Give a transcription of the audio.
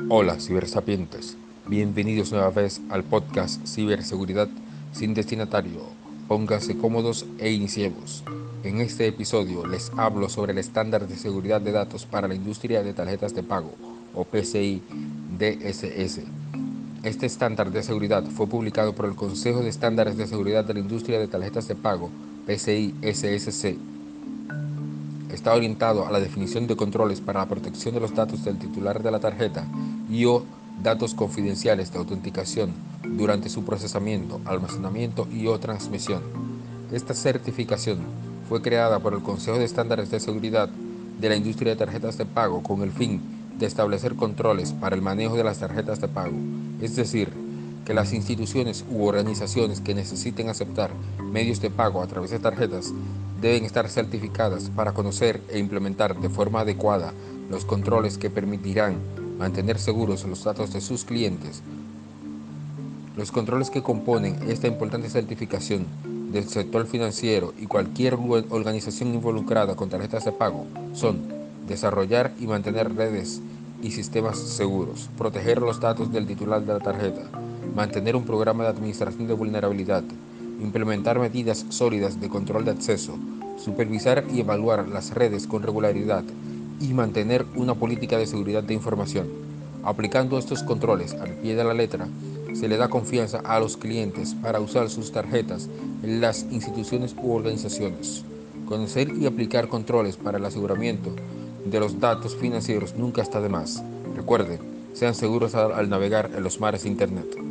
Hola, cibersapientes. Bienvenidos nueva vez al podcast Ciberseguridad sin destinatario. Pónganse cómodos e iniciemos. En este episodio les hablo sobre el estándar de seguridad de datos para la industria de tarjetas de pago, o PCI DSS. Este estándar de seguridad fue publicado por el Consejo de Estándares de Seguridad de la Industria de Tarjetas de Pago, PCI SSC. Está orientado a la definición de controles para la protección de los datos del titular de la tarjeta y/o datos confidenciales de autenticación durante su procesamiento, almacenamiento y/o transmisión. Esta certificación fue creada por el Consejo de Estándares de Seguridad de la Industria de Tarjetas de Pago con el fin de establecer controles para el manejo de las tarjetas de pago, es decir, que las instituciones u organizaciones que necesiten aceptar medios de pago a través de tarjetas deben estar certificadas para conocer e implementar de forma adecuada los controles que permitirán mantener seguros los datos de sus clientes. Los controles que componen esta importante certificación del sector financiero y cualquier organización involucrada con tarjetas de pago son desarrollar y mantener redes y sistemas seguros, proteger los datos del titular de la tarjeta, mantener un programa de administración de vulnerabilidad, implementar medidas sólidas de control de acceso, supervisar y evaluar las redes con regularidad y mantener una política de seguridad de información. Aplicando estos controles al pie de la letra, se le da confianza a los clientes para usar sus tarjetas en las instituciones u organizaciones. Conocer y aplicar controles para el aseguramiento de los datos financieros nunca está de más. Recuerden, sean seguros al navegar en los mares de Internet.